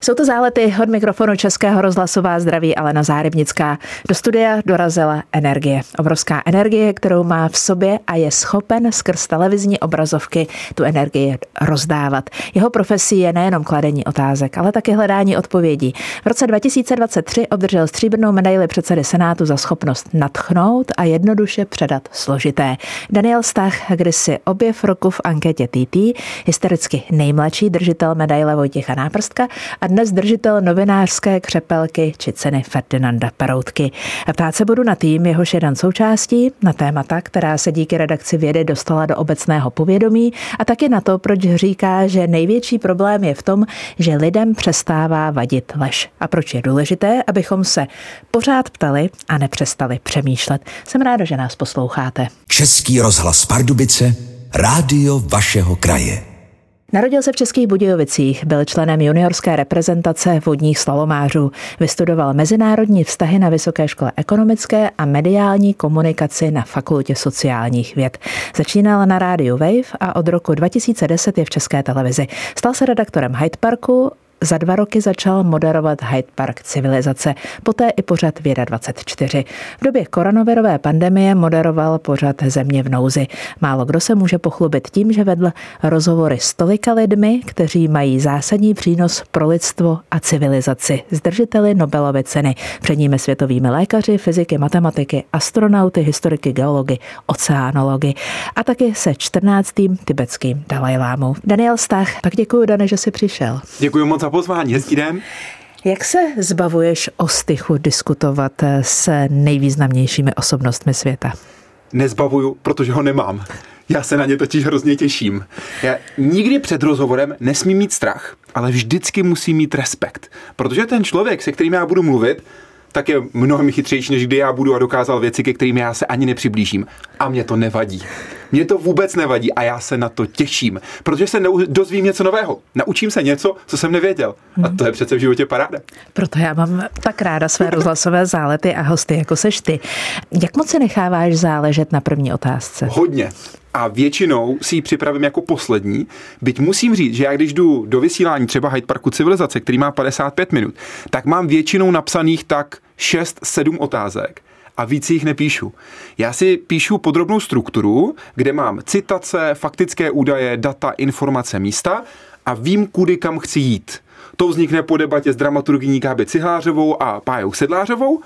Jsou to Zálety, od mikrofonu Českého rozhlasu vás zdraví Alena Zárybnická. Do studia dorazila energie. Obrovská energie, kterou má v sobě a je schopen skrz televizní obrazovky tu energii rozdávat. Jeho profesí je nejenom kladení otázek, ale také hledání odpovědí. V roce 2023 obdržel stříbrnou medaili předsedy Senátu za schopnost nadchnout a jednoduše předat složité. Daniel Stach, kdysi objev roku v anketě TT, historicky nejmladší držitel medaile Vojtěcha Náprstka a dnes držitel novinářské křepelky či ceny Ferdinanda Peroutky. Ptát se budu na tým, jehož jeden součástí, na témata, která se díky redakci Vědy dostala do obecného povědomí, a taky na to, proč říká, že největší problém je v tom, že lidem přestává vadit lež. A proč je důležité, abychom se pořád ptali a nepřestali přemýšlet. Jsem ráda, že nás posloucháte. Český rozhlas Pardubice, rádio vašeho kraje. Narodil se v Českých Budějovicích, byl členem juniorské reprezentace vodních slalomářů. Vystudoval mezinárodní vztahy na Vysoké škole ekonomické a mediální komunikaci na Fakultě sociálních věd. Začínal na rádiu Wave a od roku 2010 je v České televizi. Stal se redaktorem Hyde Parku. Za 2 roky začal moderovat Hyde Park Civilizace, poté i pořad Věda 24. V době koronavirové pandemie moderoval pořad Země v nouzi. Málo kdo se může pochlubit tím, že vedl rozhovory s tolika lidmi, kteří mají zásadní přínos pro lidstvo a civilizaci. S držiteli Nobelovy ceny, předními světovými lékaři, fyziky, matematiky, astronauty, historiky, geology, oceánology a taky se 14. tibetským Dalajlámou. Daniel Stach, tak děkuji, Dane, že jsi přišel. Děkuji moc za pozvání, hezký den. Jak se zbavuješ ostychu diskutovat s nejvýznamnějšími osobnostmi světa? Nezbavuju, protože ho nemám. Já se na ně totiž hrozně těším. Já nikdy před rozhovorem nesmím mít strach, ale vždycky musím mít respekt. Protože ten člověk, se kterým já budu mluvit, tak je mnohem chytřejší, než kdy já budu a dokázal věci, ke kterým já se ani nepřiblížím. A mě to nevadí. Mě to vůbec nevadí a já se na to těším, protože se dozvím něco nového. Naučím se něco, co jsem nevěděl. A to je přece v životě paráda. Proto já mám tak ráda své rozhlasové zálety a hosty, jako seš ty. Jak moc si necháváš záležet na první otázce? Hodně. A většinou si ji připravím jako poslední, byť musím říct, že já když jdu do vysílání třeba Hyde Parku Civilizace, který má 55 minut, tak mám většinou napsaných tak 6-7 otázek a víc jich nepíšu. Já si píšu podrobnou strukturu, kde mám citace, faktické údaje, data, informace, místa a vím, kudy kam chci jít. To vznikne po debatě s dramaturgyní Gáby Cihlářovou a Pájou Sedlářovou,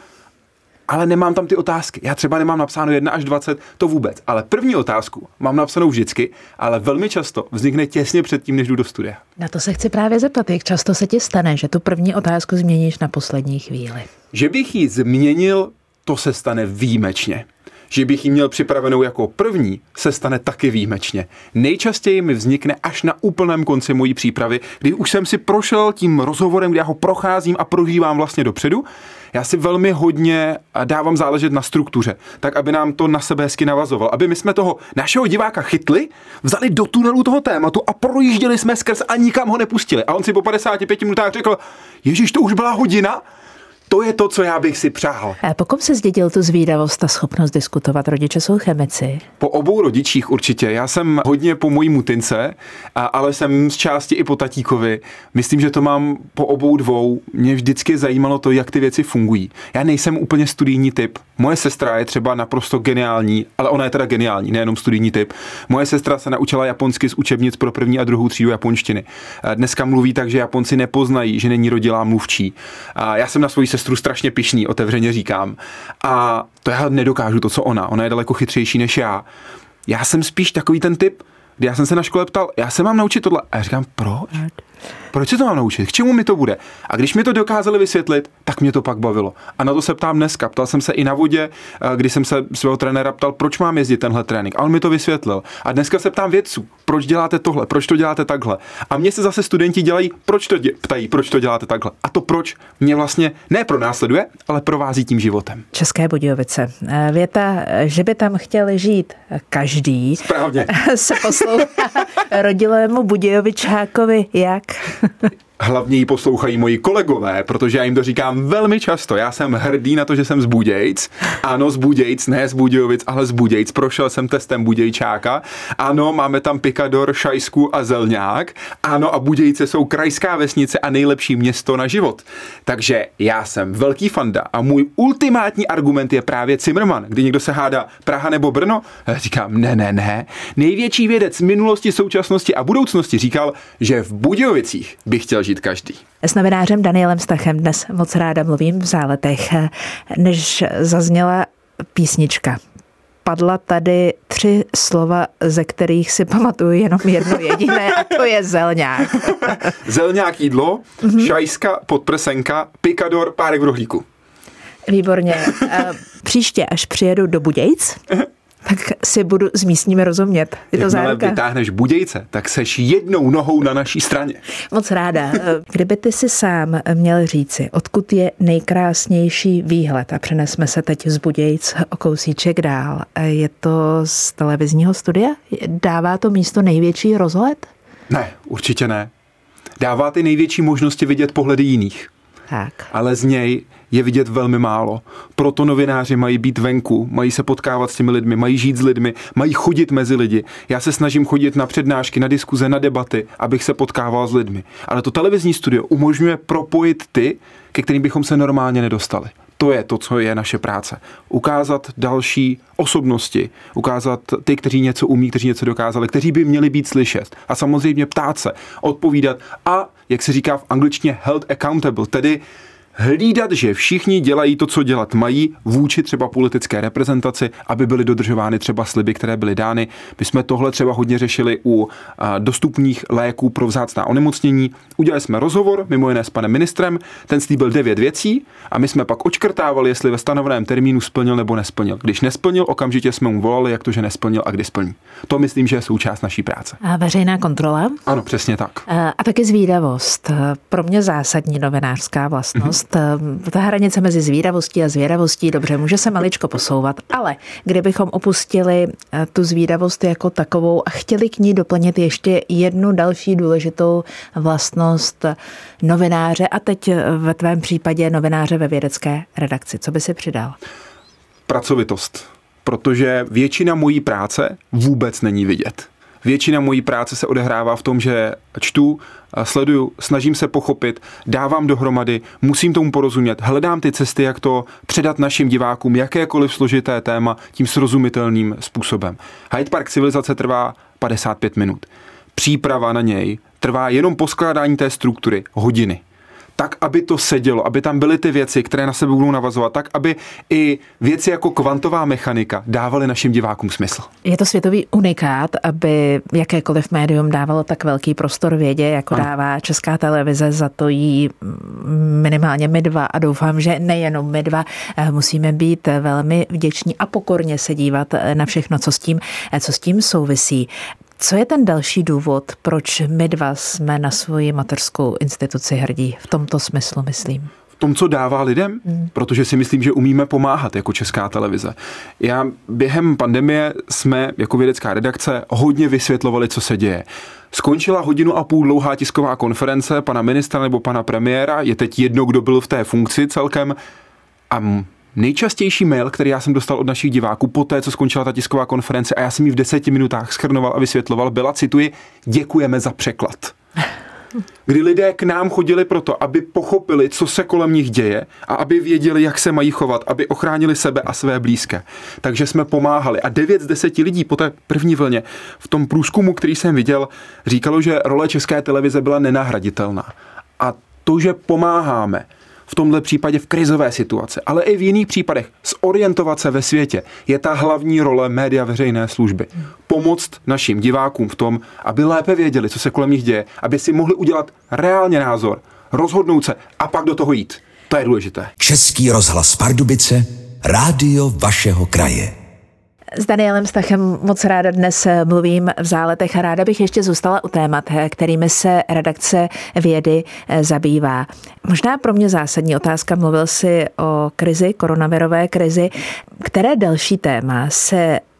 ale nemám tam ty otázky. Já třeba nemám napsáno 1 až 20, to vůbec. Ale první otázku mám napsanou vždycky, ale velmi často vznikne těsně předtím, než jdu do studia. Na to se chci právě zeptat, jak často se ti stane, že tu první otázku změníš na poslední chvíli? Že bych ji změnil, to se stane výjimečně. Že bych ji měl připravenou jako první, se stane taky výjimečně. Nejčastěji mi vznikne až na úplném konci mojí přípravy, kdy už jsem si prošel tím rozhovorem, kdy já ho procházím a prožívám vlastně dopředu. Já si velmi hodně dávám záležet na struktuře, tak aby nám to na sebe hezky navazoval, aby my jsme toho našeho diváka chytli, vzali do tunelu toho tématu a projížděli jsme skrz a nikam ho nepustili. A on si po 55 minutách řekl, Ježíš, to už byla hodina? To je to, co já bych si přál. A po kom se zdědil tu zvídavost a schopnost diskutovat? Rodiče jsou chemici? Po obou rodičích určitě. Já jsem hodně po mojí mutince, ale jsem z části i po tatíkovi. Myslím, že to mám po obou dvou. Mě vždycky zajímalo to, jak ty věci fungují. Já nejsem úplně studijní typ. Moje sestra je třeba naprosto geniální, ale ona je teda geniální, nejenom studijní typ. Moje sestra se naučila japonsky z učebnic pro 1. a 2. třídu japonštiny. Dneska mluví tak, že Japonci nepoznají, že není rodilá mluvčí. Já jsem na svoji sestru strašně pyšný, otevřeně říkám. A to já nedokážu to, co ona. Ona je daleko chytřejší než já. Já jsem spíš takový ten typ, kdy já jsem se na škole ptal, já se mám naučit tohle. A já říkám, proč? Proč se to mám naučit? K čemu mi to bude? A když mi to dokázali vysvětlit, tak mě to pak bavilo. A na to se ptám dneska. Ptal jsem se i na vodě, když jsem se svého trenéra ptal, proč mám jezdit tenhle trénink. A on mi to vysvětlil. A dneska se ptám vědců, proč děláte tohle, proč to děláte takhle. A mě se zase studenti dělají, ptají, proč to děláte takhle. A to proč mě vlastně ne pronásleduje, ale provází tím životem. České Budějovice. Věta, že by tam chtěl žít každý. Správně. Se poslouchá rodilému Budějovičákovi jak? Hlavně ji poslouchají moji kolegové, protože já jim to říkám velmi často. Já jsem hrdý na to, že jsem z Budějc. Ano, z Budějc, ne z Budějovic, ale z Budějc. Prošel jsem testem Budějčáka. Ano, máme tam Pikador, Šajsku a Zelňák. Ano, a Budějce jsou krajská vesnice a nejlepší město na život. Takže já jsem velký fanda a můj ultimátní argument je právě Cimrman. Kdy někdo se hádá Praha nebo Brno, já říkám ne. Největší vědec minulosti, současnosti a budoucnosti říkal, že v Budějovicích by chtěl žít každý. S novinářem Danielem Stachem dnes moc ráda mluvím v Záletech. Než zazněla písnička, padla tady 3 slova, ze kterých si pamatuju jenom jedno jediné, a to je Zelňák. Zelňák jídlo, Šajska, podprsenka, Pikador, párek v rohlíku. Výborně. Příště, až přijedu do Budějc, tak si budu s místními rozumět. Je to záruka. Jakmile vytáhneš Budějce, tak seš jednou nohou na naší straně. Moc ráda. Kdyby ty si sám měl říci, odkud je nejkrásnější výhled, a přenesme se teď z Budějc o kousíček dál, je to z televizního studia? Dává to místo největší rozhled? Ne, určitě ne. Dává ty největší možnosti vidět pohledy jiných. Tak. Ale z něj je vidět velmi málo. Proto novináři mají být venku, mají se potkávat s těmi lidmi, mají žít s lidmi, mají chodit mezi lidi. Já se snažím chodit na přednášky, na diskuze, na debaty, abych se potkával s lidmi. Ale to televizní studio umožňuje propojit ty, ke kterým bychom se normálně nedostali. To je to, co je naše práce. Ukázat další osobnosti, ukázat ty, kteří něco umí, kteří něco dokázali, kteří by měli být slyšet. A samozřejmě ptát se, odpovídat a, jak se říká v angličtině, held accountable, tedy hlídat, že všichni dělají to, co dělat mají vůči třeba politické reprezentaci, aby byly dodržovány třeba sliby, které byly dány. My jsme tohle třeba hodně řešili u dostupných léků pro vzácná onemocnění. Udělali jsme rozhovor, mimo jiné s panem ministrem, ten slíbil 9 věcí a my jsme pak odškrtávali, jestli ve stanoveném termínu splnil nebo nesplnil. Když nesplnil, okamžitě jsme mu volali, jak to, že nesplnil a kdy splní. To myslím, že je součást naší práce. A veřejná kontrola? Ano, přesně tak. A taky zvídavost. Pro mě zásadní novinářská vlastnost. Ta hranice mezi zvídavostí a zvědavostí, dobře, může se maličko posouvat, ale kdybychom opustili tu zvídavost jako takovou a chtěli k ní doplnit ještě jednu další důležitou vlastnost novináře, a teď ve tvém případě novináře ve vědecké redakci, co by si přidal? Pracovitost, protože většina mojí práce vůbec není vidět. Většina mojí práce se odehrává v tom, že čtu, sleduju, snažím se pochopit, dávám dohromady, musím tomu porozumět, hledám ty cesty, jak to předat našim divákům, jakékoliv složité téma tím srozumitelným způsobem. Hyde Park civilizace trvá 55 minut. Příprava na něj trvá jenom poskládání té struktury hodiny. Tak, aby to sedělo, aby tam byly ty věci, které na sebe budou navazovat, tak, aby i věci jako kvantová mechanika dávaly našim divákům smysl. Je to světový unikát, aby jakékoliv médium dávalo tak velký prostor vědě, jako dává Česká televize, za to jí minimálně my dva, a doufám, že nejenom my dva, musíme být velmi vděční a pokorně se dívat na všechno, co s tím souvisí. Co je ten další důvod, proč my dva jsme na svoji mateřskou instituci hrdí? V tomto smyslu, myslím. V tom, co dává lidem? Protože si myslím, že umíme pomáhat jako Česká televize. Během pandemie jsme jako vědecká redakce hodně vysvětlovali, co se děje. Skončila 1,5 hodiny dlouhá tisková konference pana ministra nebo pana premiéra, je teď jedno, kdo byl v té funkci celkem, a nejčastější mail, který já jsem dostal od našich diváků po té, co skončila ta tisková konference a já jsem ji v 10 minutách shrnoval a vysvětloval, byla, cituji, děkujeme za překlad. Kdy lidé k nám chodili proto, aby pochopili, co se kolem nich děje a aby věděli, jak se mají chovat, aby ochránili sebe a své blízké. Takže jsme pomáhali. A 9 z 10 lidí po té první vlně v tom průzkumu, který jsem viděl, říkalo, že role České televize byla nenahraditelná. A to, že pomáháme v tomhle případě v krizové situaci, ale i v jiných případech zorientovat se ve světě, je ta hlavní role média veřejné služby. Pomoct našim divákům v tom, aby lépe věděli, co se kolem nich děje, aby si mohli udělat reálně názor, rozhodnout se a pak do toho jít. To je důležité. Český rozhlas Pardubice, rádio vašeho kraje. S Danielem Stachem moc ráda dnes mluvím v Záletech a ráda bych ještě zůstala u témat, kterými se redakce Vědy zabývá. Možná pro mě zásadní otázka, mluvil jsi o krizi, koronavirové krizi. Které další téma se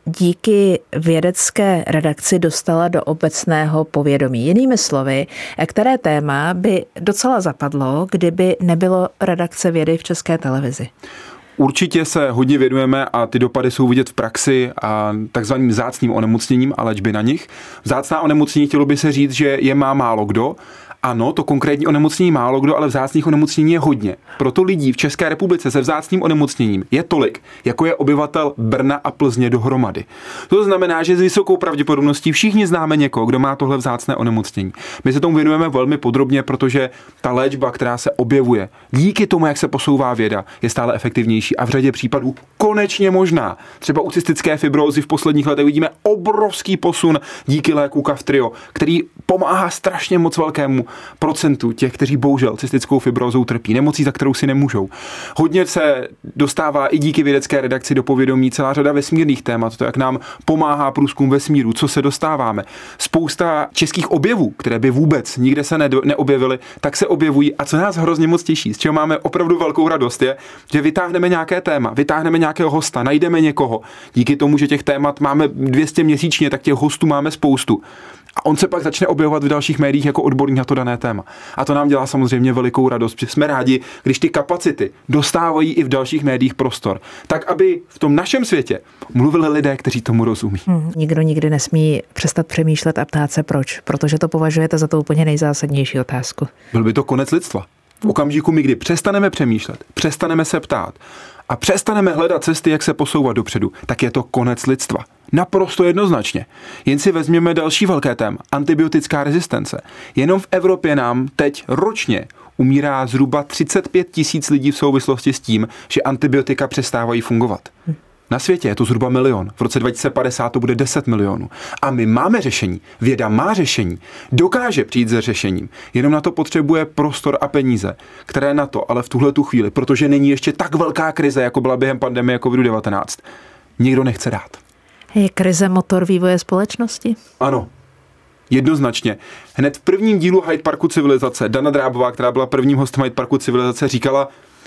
díky vědecké redakci dostala do obecného povědomí. Jinými slovy, které téma by docela zapadlo, kdyby nebylo redakce vědy v České televizi? Určitě se hodně věnujeme a ty dopady jsou vidět v praxi a takzvaným vzácným onemocněním a léčby na nich. Vzácná onemocnění, chtělo by se říct, že je má málo kdo. Ano, to konkrétní onemocnění málo kdo, ale vzácných onemocnění je hodně. Proto lidí v České republice se vzácným onemocněním je tolik, jako je obyvatel Brna a Plzně dohromady. To znamená, že s vysokou pravděpodobností všichni známe někoho, kdo má tohle vzácné onemocnění. My se tomu věnujeme velmi podrobně, protože ta léčba, která se objevuje díky tomu, jak se posouvá věda, je stále efektivnější a v řadě případů konečně možná. Třeba u cystické fibrózy v posledních letech vidíme obrovský posun díky léku Kaftrio, který pomáhá strašně moc velkému procentu těch, kteří bohužel cystickou fibrózou trpí, nemocí, za kterou si nemůžou. Hodně se dostává i díky vědecké redakci do povědomí celá řada vesmírných témat, to jak nám pomáhá průzkum vesmíru, co se dostáváme. Spousta českých objevů, které by vůbec nikde se neobjevily, tak se objevují a co nás hrozně moc těší, z čeho máme opravdu velkou radost je, že vytáhneme nějaké téma, vytáhneme nějakého hosta, najdeme někoho. Díky tomu, že těch témat máme 200 měsíčně, tak těch hostů máme spoustu. A on se pak začne objevovat v dalších médiích jako odborník na to dané téma. A to nám dělá samozřejmě velikou radost, protože jsme rádi, když ty kapacity dostávají i v dalších médiích prostor. Tak, aby v tom našem světě mluvili lidé, kteří tomu rozumí. Nikdo nikdy nesmí přestat přemýšlet a ptát se proč, protože to považujete za to úplně nejzásadnější otázku. Byl by to konec lidstva. V okamžiku, kdy přestaneme přemýšlet, přestaneme se ptát a přestaneme hledat cesty, jak se posouvat dopředu, tak je to konec lidstva. Naprosto jednoznačně. Jen si vezměme další velké téma. Antibiotická rezistence. Jenom v Evropě nám teď ročně umírá zhruba 35 000 lidí v souvislosti s tím, že antibiotika přestávají fungovat. Na světě je to zhruba 1 milion. V roce 2050 to bude 10 milionů. A my máme řešení. Věda má řešení. Dokáže přijít se řešením. Jenom na to potřebuje prostor a peníze, které na to, ale v tuhletu chvíli, protože není ještě tak velká krize, jako byla během pandemie COVID-19, nikdo nechce dát. Je krize motor vývoje společnosti? Ano. Jednoznačně. Hned v prvním dílu Hyde Parku civilizace Dana Drábová, která byla prvním hostem Hyde Parku civilizace, říkala: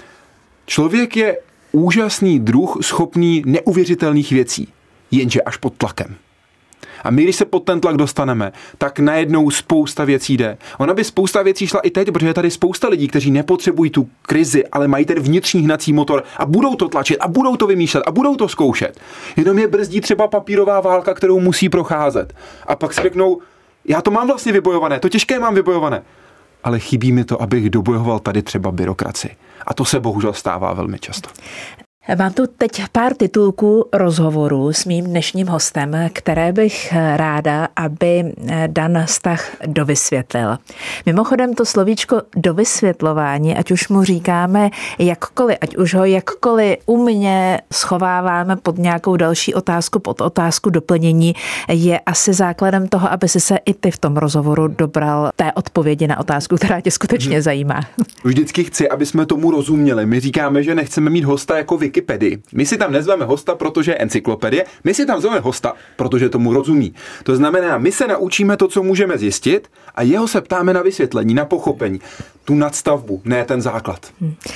člověk je úžasný druh schopný neuvěřitelných věcí, jenže až pod tlakem. A my, když se pod ten tlak dostaneme, tak najednou spousta věcí jde. Ona by spousta věcí šla i teď, protože je tady spousta lidí, kteří nepotřebují tu krizi, ale mají ten vnitřní hnací motor a budou to tlačit a budou to vymýšlet a budou to zkoušet. Jenom je brzdí třeba papírová válka, kterou musí procházet. A pak si řeknou: já to mám vlastně vybojované, to těžké mám vybojované, ale chybí mi to, abych dobojoval tady třeba byrokracii. A to se bohužel stává velmi často. Mám tu teď pár titulků rozhovorů s mým dnešním hostem, které bych ráda, aby Dan Stach dovysvětlil. Mimochodem to slovíčko dovysvětlování, ať už mu říkáme jakkoliv, ať už ho jakkoliv umně schováváme pod nějakou další otázku, pod otázku doplnění, je asi základem toho, aby si se i ty v tom rozhovoru dobral té odpovědi na otázku, která tě skutečně zajímá. Vždycky chci, aby jsme tomu rozuměli. My říkáme, že nechceme mít hosta jako Wikipedii. My si tam nezveme hosta, protože je encyklopedie, my si tam zveme hosta, protože tomu rozumí. To znamená, my se naučíme to, co můžeme zjistit, a jeho se ptáme na vysvětlení, na pochopení, tu nadstavbu, ne ten základ.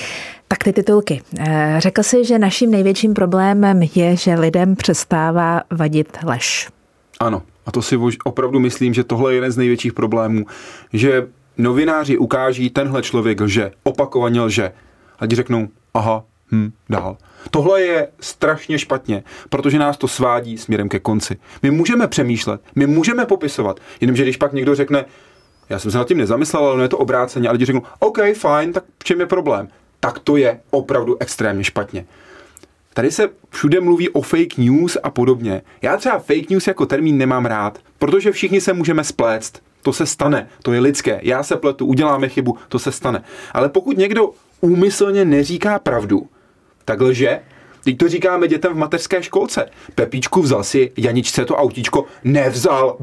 Tak ty titulky. Řekl jsi, že naším největším problémem je, že lidem přestává vadit lež. Ano, a to si opravdu myslím, že tohle je jeden z největších problémů, že novináři ukáží, tenhle člověk lže, opakovaně lže. A ti řeknou: aha, dál. Tohle je strašně špatně, protože nás to svádí směrem ke konci. My můžeme přemýšlet, my můžeme popisovat, jenomže když pak někdo řekne: já jsem se nad tím nezamyslel, ale je to obráceně, a lidi řeknou: OK, fajn, tak v čem je problém? Tak to je opravdu extrémně špatně. Tady se všude mluví o fake news a podobně. Já třeba fake news jako termín nemám rád, protože všichni se můžeme spléct. To se stane, to je lidské. Já se pletu, uděláme chybu, to se stane. Ale pokud někdo úmyslně neříká pravdu, tak lže. Teď to říkáme dětem v mateřské školce. Pepíčku, vzal si Janičce to autíčko? Nevzal.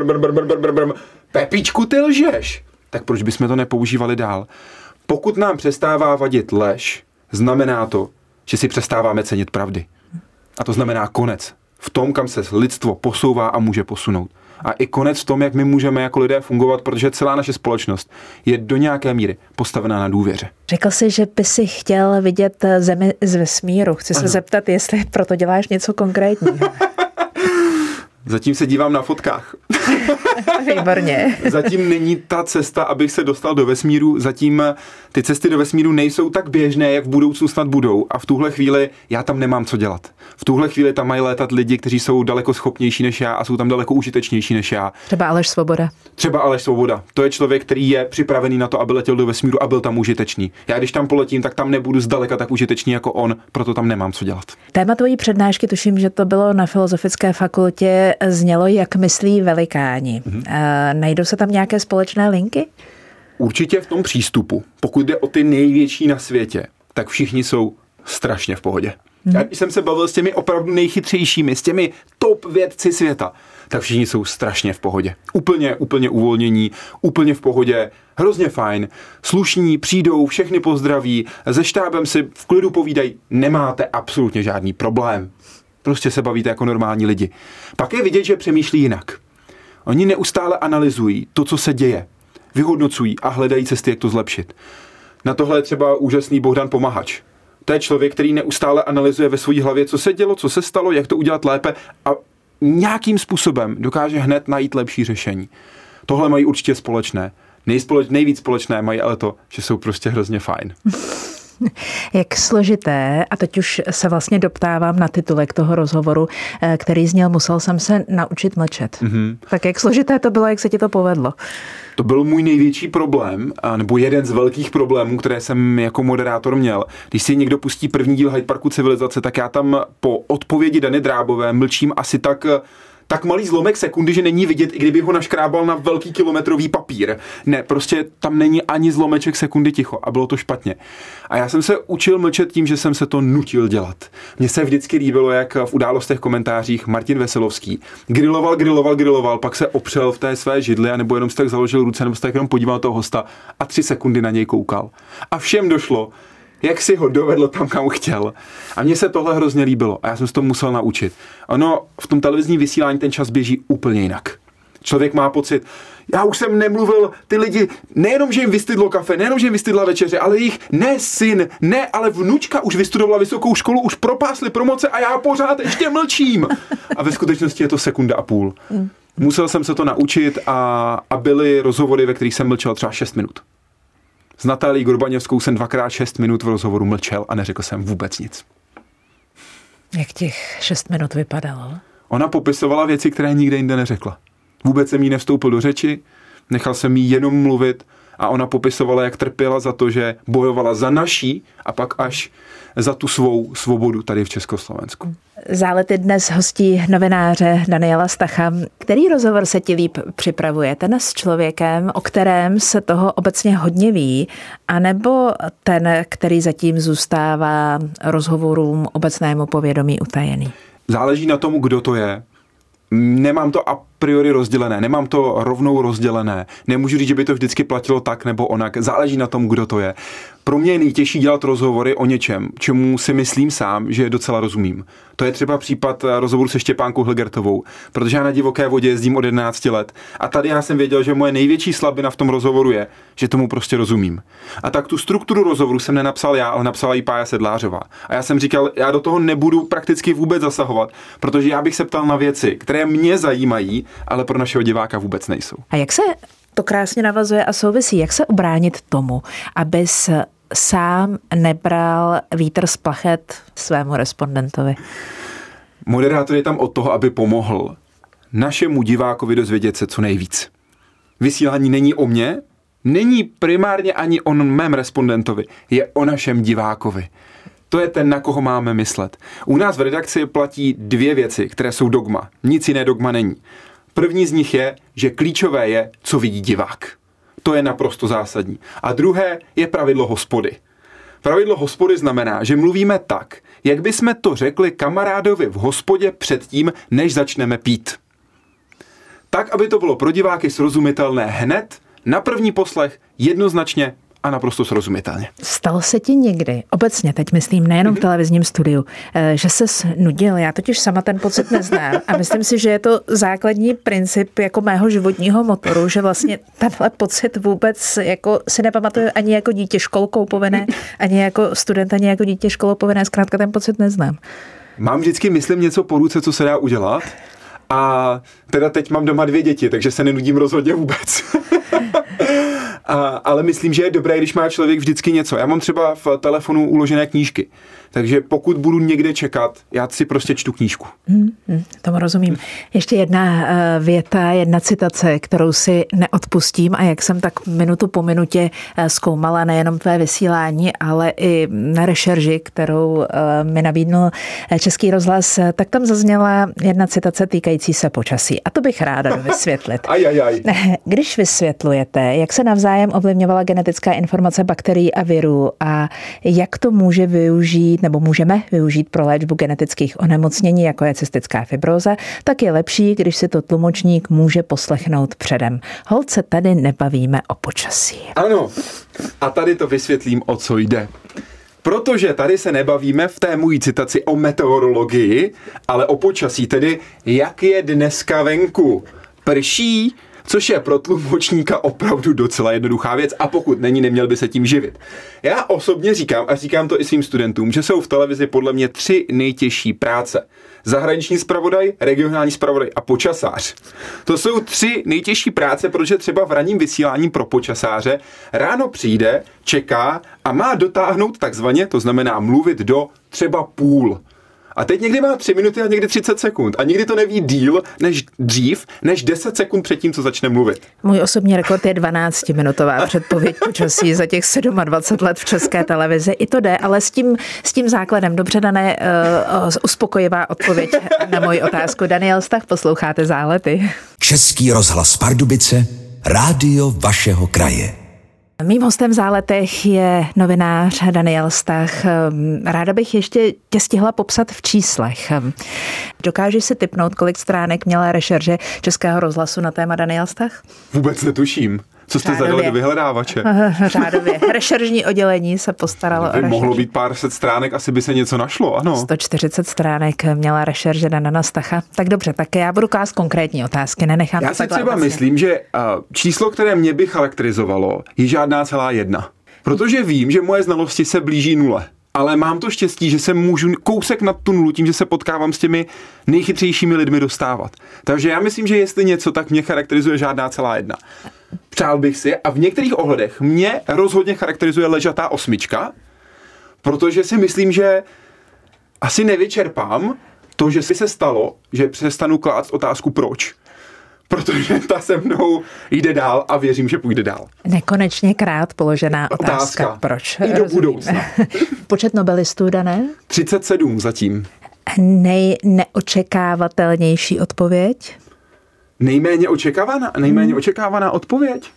Brm. Pepíčku, ty lžeš. Tak proč bychom to nepoužívali dál? Pokud nám přestává vadit lež, znamená to, že si přestáváme cenit pravdy. A to znamená konec v tom, kam se lidstvo posouvá a může posunout. A i konec v tom, jak my můžeme jako lidé fungovat, protože celá naše společnost je do nějaké míry postavená na důvěře. Řekl jsi, že by si chtěl vidět Zemi z vesmíru. Chci se zeptat, jestli proto děláš něco konkrétního. Zatím se dívám na fotkách. Výborně. Zatím není ta cesta, abych se dostal do vesmíru. Zatím ty cesty do vesmíru nejsou tak běžné, jak v budoucnu snad budou. A v tuhle chvíli já tam nemám co dělat. V tuhle chvíli tam mají létat lidi, kteří jsou daleko schopnější než já a jsou tam daleko užitečnější než já. Třeba Aleš Svoboda. Třeba Aleš Svoboda. To je člověk, který je připravený na to, aby letěl do vesmíru a byl tam užitečný. Já když tam poletím, tak tam nebudu zdaleka tak užitečný jako on, proto tam nemám co dělat. Téma tvojí přednášky, tuším, že to bylo na Filozofické fakultě, znělo, jak myslí velikáni. Najdou se tam nějaké společné linky? Určitě v tom přístupu. Pokud jde o ty největší na světě, tak všichni jsou strašně v pohodě. Já když jsem se bavil s těmi opravdu nejchytřejšími, s těmi top vědci světa, tak všichni jsou strašně v pohodě. Úplně uvolnění, úplně v pohodě, hrozně fajn, slušní, přijdou, všechny pozdraví, se štábem si v klidu povídají, nemáte absolutně žádný problém. Prostě se bavíte jako normální lidi. Pak je vidět, že přemýšlí jinak. Oni neustále analyzují to, co se děje, vyhodnocují a hledají cesty, jak to zlepšit. Na tohle je třeba úžasný Bohdan Pomahač. To je člověk, který neustále analyzuje ve své hlavě, co se dělo, co se stalo, jak to udělat lépe a nějakým způsobem dokáže hned najít lepší řešení. Tohle mají určitě společné. Nejvíc společné mají ale to, že jsou prostě hrozně fajn. Jak složité, a teď už se vlastně doptávám na titulek toho rozhovoru, který zněl, musel jsem se naučit mlčet. Tak jak složité to bylo, jak se ti to povedlo? To byl můj největší problém, nebo jeden z velkých problémů, které jsem jako moderátor měl. Když si někdo pustí první díl Hyde Parku civilizace, tak já tam po odpovědi Dany Drábové mlčím asi tak malý zlomek sekundy, že není vidět, i kdyby ho naškrábal na velký kilometrový papír. Ne, prostě tam není ani zlomeček sekundy ticho a bylo to špatně. A já jsem se učil mlčet tím, že jsem se to nutil dělat. Mně se vždycky líbilo, jak v Událostech komentářích Martin Veselovský griloval, pak se opřel v té své židli a nebo jenom si tak založil ruce, nebo si tak jenom podíval toho hosta a 3 sekundy na něj koukal. A všem došlo, jak si ho dovedl tam, kam chtěl. A mně se tohle hrozně líbilo a já jsem se to musel naučit. Ono v tom televizním vysílání ten čas běží úplně jinak. Člověk má pocit, já už jsem nemluvil, ty lidi, nejenom, že jim vystydlo kafe, nejenom, že jim vystydla večeře, ale jich ne syn, ne, ale vnučka už vystudovala vysokou školu, už propásli promoce a já pořád ještě mlčím. A ve skutečnosti je to 1,5 sekundy. Musel jsem se to naučit a byly rozhovory, ve kterých jsem mlčel třeba 6 minut. S Natálí Gorbaněvskou jsem 2x6 minut v rozhovoru mlčel a neřekl jsem vůbec nic. Jak těch 6 minut vypadalo? Ona popisovala věci, které nikde jinde neřekla. Vůbec jsem jí nevstoupil do řeči, nechal jsem jí jenom mluvit a ona popisovala, jak trpěla za to, že bojovala za naší a pak až za tu svou svobodu tady v Československu. Zálety dnes hostí novináře Daniela Stacha. Který rozhovor se ti líp připravuje? Ten s člověkem, o kterém se toho obecně hodně ví, anebo ten, který zatím zůstává rozhovorům obecnému povědomí utajený? Záleží na tomu, kdo to je. Nemám to a priori rozdělené, nemám to rovnou rozdělené. Nemůžu říct, že by to vždycky platilo tak nebo onak. Záleží na tom, kdo to je. Pro mě je nejtěžší dělat rozhovory o něčem, čemu si myslím sám, že docela rozumím. To je třeba případ rozhovoru se Štěpánkou Hilgertovou, protože já na divoké vodě jezdím od 11 let a tady já jsem věděl, že moje největší slabina v tom rozhovoru je, že tomu prostě rozumím. A tak tu strukturu rozhovoru jsem nenapsal já, ale napsala ji Pája Sedlářová. A já jsem říkal, já do toho nebudu prakticky vůbec zasahovat, protože já bych se ptal na věci, které mě zajímají, ale pro našeho diváka vůbec nejsou. A jak se to krásně navazuje a souvisí, jak se ubránit tomu, abys sám nebral vítr z plachet svému respondentovi? Moderátor je tam od toho, aby pomohl našemu divákovi dozvědět se co nejvíc. Vysílání není o mně, není primárně ani o mém respondentovi, je o našem divákovi. To je ten, na koho máme myslet. U nás v redakci platí 2 věci, které jsou dogma. Nic jiné dogma není. První z nich je, že klíčové je, co vidí divák. To je naprosto zásadní. A druhé je pravidlo hospody. Pravidlo hospody znamená, že mluvíme tak, jak bychom to řekli kamarádovi v hospodě předtím, než začneme pít. Tak, aby to bylo pro diváky srozumitelné hned, na první poslech, jednoznačně a naprosto srozumitelně. Stalo se ti někdy, obecně teď myslím, nejenom v televizním studiu, že ses nudil? Já totiž sama ten pocit neznám a myslím si, že je to základní princip jako mého životního motoru, že vlastně tenhle pocit vůbec jako si nepamatuju ani jako dítě školkou povinné, ani jako student, ani jako dítě školou povinné, zkrátka ten pocit neznám. Mám vždycky, myslím, něco po ruce, co se dá udělat, A teda teď mám doma 2 děti, takže se nenudím rozhodně vůbec. Ale myslím, že je dobré, když má člověk vždycky něco. Já mám třeba v telefonu uložené knížky, takže pokud budu někde čekat, já si prostě čtu knížku. Tomu rozumím. Ještě jedna věta, jedna citace, kterou si neodpustím a jak jsem tak minutu po minutě zkoumala nejenom tvé vysílání, ale i na rešerži, kterou mi nabídnul Český rozhlas, tak tam zazněla jedna citace týkající se počasí. A to bych ráda vysvětlit. Když vysvětlujete, jak se navzájem ovlivňovala genetická informace bakterií a virů a jak to může využít nebo můžeme využít pro léčbu genetických onemocnění, jako je cystická fibróza, tak je lepší, když si to tlumočník může poslechnout předem. Holt se tady nebavíme o počasí. Ano, a tady to vysvětlím, o co jde. Protože tady se nebavíme v té mojí citaci o meteorologii, ale o počasí, tedy jak je dneska venku. Prší, což je pro tlumočníka opravdu docela jednoduchá věc a pokud není, neměl by se tím živit. Já osobně říkám, a říkám to i svým studentům, že jsou v televizi podle mě 3 nejtěžší práce. Zahraniční zpravodaj, regionální zpravodaj a počasář. To jsou 3 nejtěžší práce, protože třeba v ranním vysílání pro počasáře ráno přijde, čeká a má dotáhnout takzvaně, to znamená mluvit do třeba půl. A teď někdy má 3 minuty a někdy 30 sekund. A někdy to neví díl než 10 sekund před tím, co začne mluvit. Můj osobní rekord je 12-minutová předpověď počasí za těch 27 let v České televizi. I to jde, ale s tím základem. Dobře, Dané, uspokojivá odpověď na moji otázku. Daniel Stach, posloucháte Zálety. Český rozhlas Pardubice, rádio vašeho kraje. Mým hostem v Záletech je novinář Daniel Stach. Ráda bych ještě tě stihla popsat v číslech. Dokážeš si tipnout, kolik stránek měla rešerže Českého rozhlasu na téma Daniel Stach? Vůbec netuším. Co jste zadali do vyhledávače? Řádově. Rešeržní oddělení se postaralo o rešerž. Mohlo být pár set stránek, asi by se něco našlo, ano. 140 stránek měla rešerže Dana Stacha. Tak dobře, tak já budu klást konkrétní otázky, nenechám Já to si takhle třeba obecně. myslím, že číslo, které mě by charakterizovalo, je žádná celá 1. Protože vím, že moje znalosti se blíží 0. Ale mám to štěstí, že se můžu kousek nad tu 0 tím, že se potkávám s těmi nejchytřejšími lidmi dostávat. Takže já myslím, že jestli něco, tak mě charakterizuje žádná celá 1. Přál bych si a v některých ohledech mě rozhodně charakterizuje ležatá 8, protože si myslím, že asi nevyčerpám to, že si se stalo, že přestanu klást otázku proč. Protože ta se mnou jde dál a věřím, že půjde dál. Nekonečně krát položená otázka. Proč? I do budoucna. Počet nobelistů, Dané? 37 zatím. Neočekávatelnější odpověď? Nejméně očekávaná odpověď?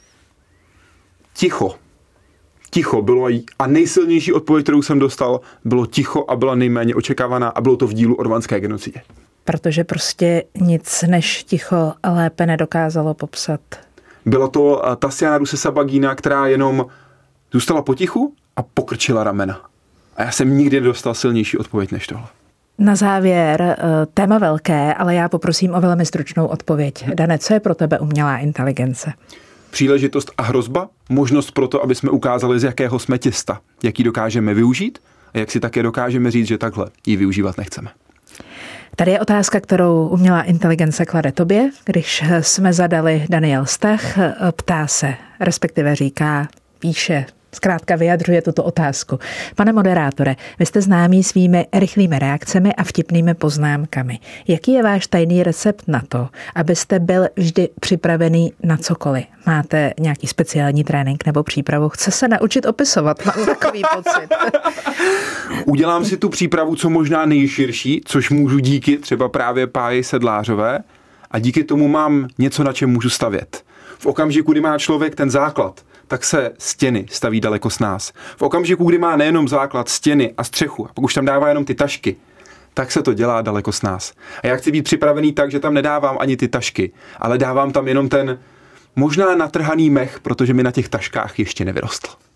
Ticho bylo a nejsilnější odpověď, kterou jsem dostal, bylo ticho a byla nejméně očekávaná a bylo to v dílu o rwandské genocidě. Protože prostě nic než ticho lépe nedokázalo popsat. Byla to Tassiana Rusesabagina, která jenom zůstala potichu a pokrčila ramena. A já jsem nikdy nedostal silnější odpověď než tohle. Na závěr, téma velké, ale já poprosím o velmi stručnou odpověď. Dane, co je pro tebe umělá inteligence? Příležitost a hrozba, možnost pro to, aby jsme ukázali, z jakého jsme těsta, jak ji dokážeme využít a jak si také dokážeme říct, že takhle ji využívat nechceme. Tady je otázka, kterou umělá inteligence klade tobě. Když jsme zadali Daniel Stach, ptá se, respektive říká, píše, zkrátka vyjadřuje tuto otázku. Pane moderátore, vy jste známý svými rychlými reakcemi a vtipnými poznámkami. Jaký je váš tajný recept na to, abyste byl vždy připravený na cokoliv? Máte nějaký speciální trénink nebo přípravu? Chce se naučit opisovat, mám takový pocit. Udělám si tu přípravu co možná nejširší, což můžu díky třeba právě Páji Sedlářové a díky tomu mám něco, na čem můžu stavět. V okamžiku, kdy má člověk ten základ, tak se stěny staví daleko s nás. V okamžiku, kdy má nejenom základ, stěny a střechu, a pokud už tam dává jenom ty tašky, tak se to dělá daleko s nás. A já chci být připravený tak, že tam nedávám ani ty tašky, ale dávám tam jenom ten možná natrhaný mech, protože mi na těch taškách ještě nevyrostl.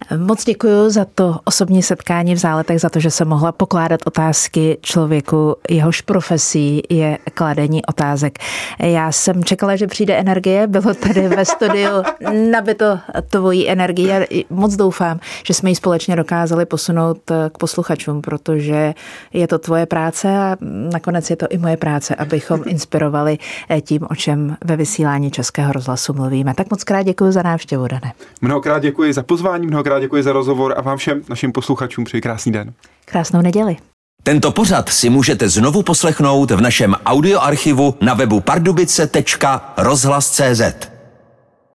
Moc děkuji za to osobní setkání v Záletech, za to, že jsem mohla pokládat otázky člověku, jehož profesí je kladení otázek. Já jsem čekala, že přijde energie, bylo tady ve studiu nabito tvojí energii a moc doufám, že jsme ji společně dokázali posunout k posluchačům, protože je to tvoje práce a nakonec je to i moje práce, abychom inspirovali tím, o čem ve vysílání Českého rozhlasu mluvíme. Tak moc krát děkuji za návštěvu, Dane. Mnohokrát děkuji za pozvání, mnohokrát děkuji za rozhovor a vám všem našim posluchačům přeji krásný den. Krásnou neděli. Tento pořad si můžete znovu poslechnout v našem audioarchivu na webu pardubice.rozhlas.cz.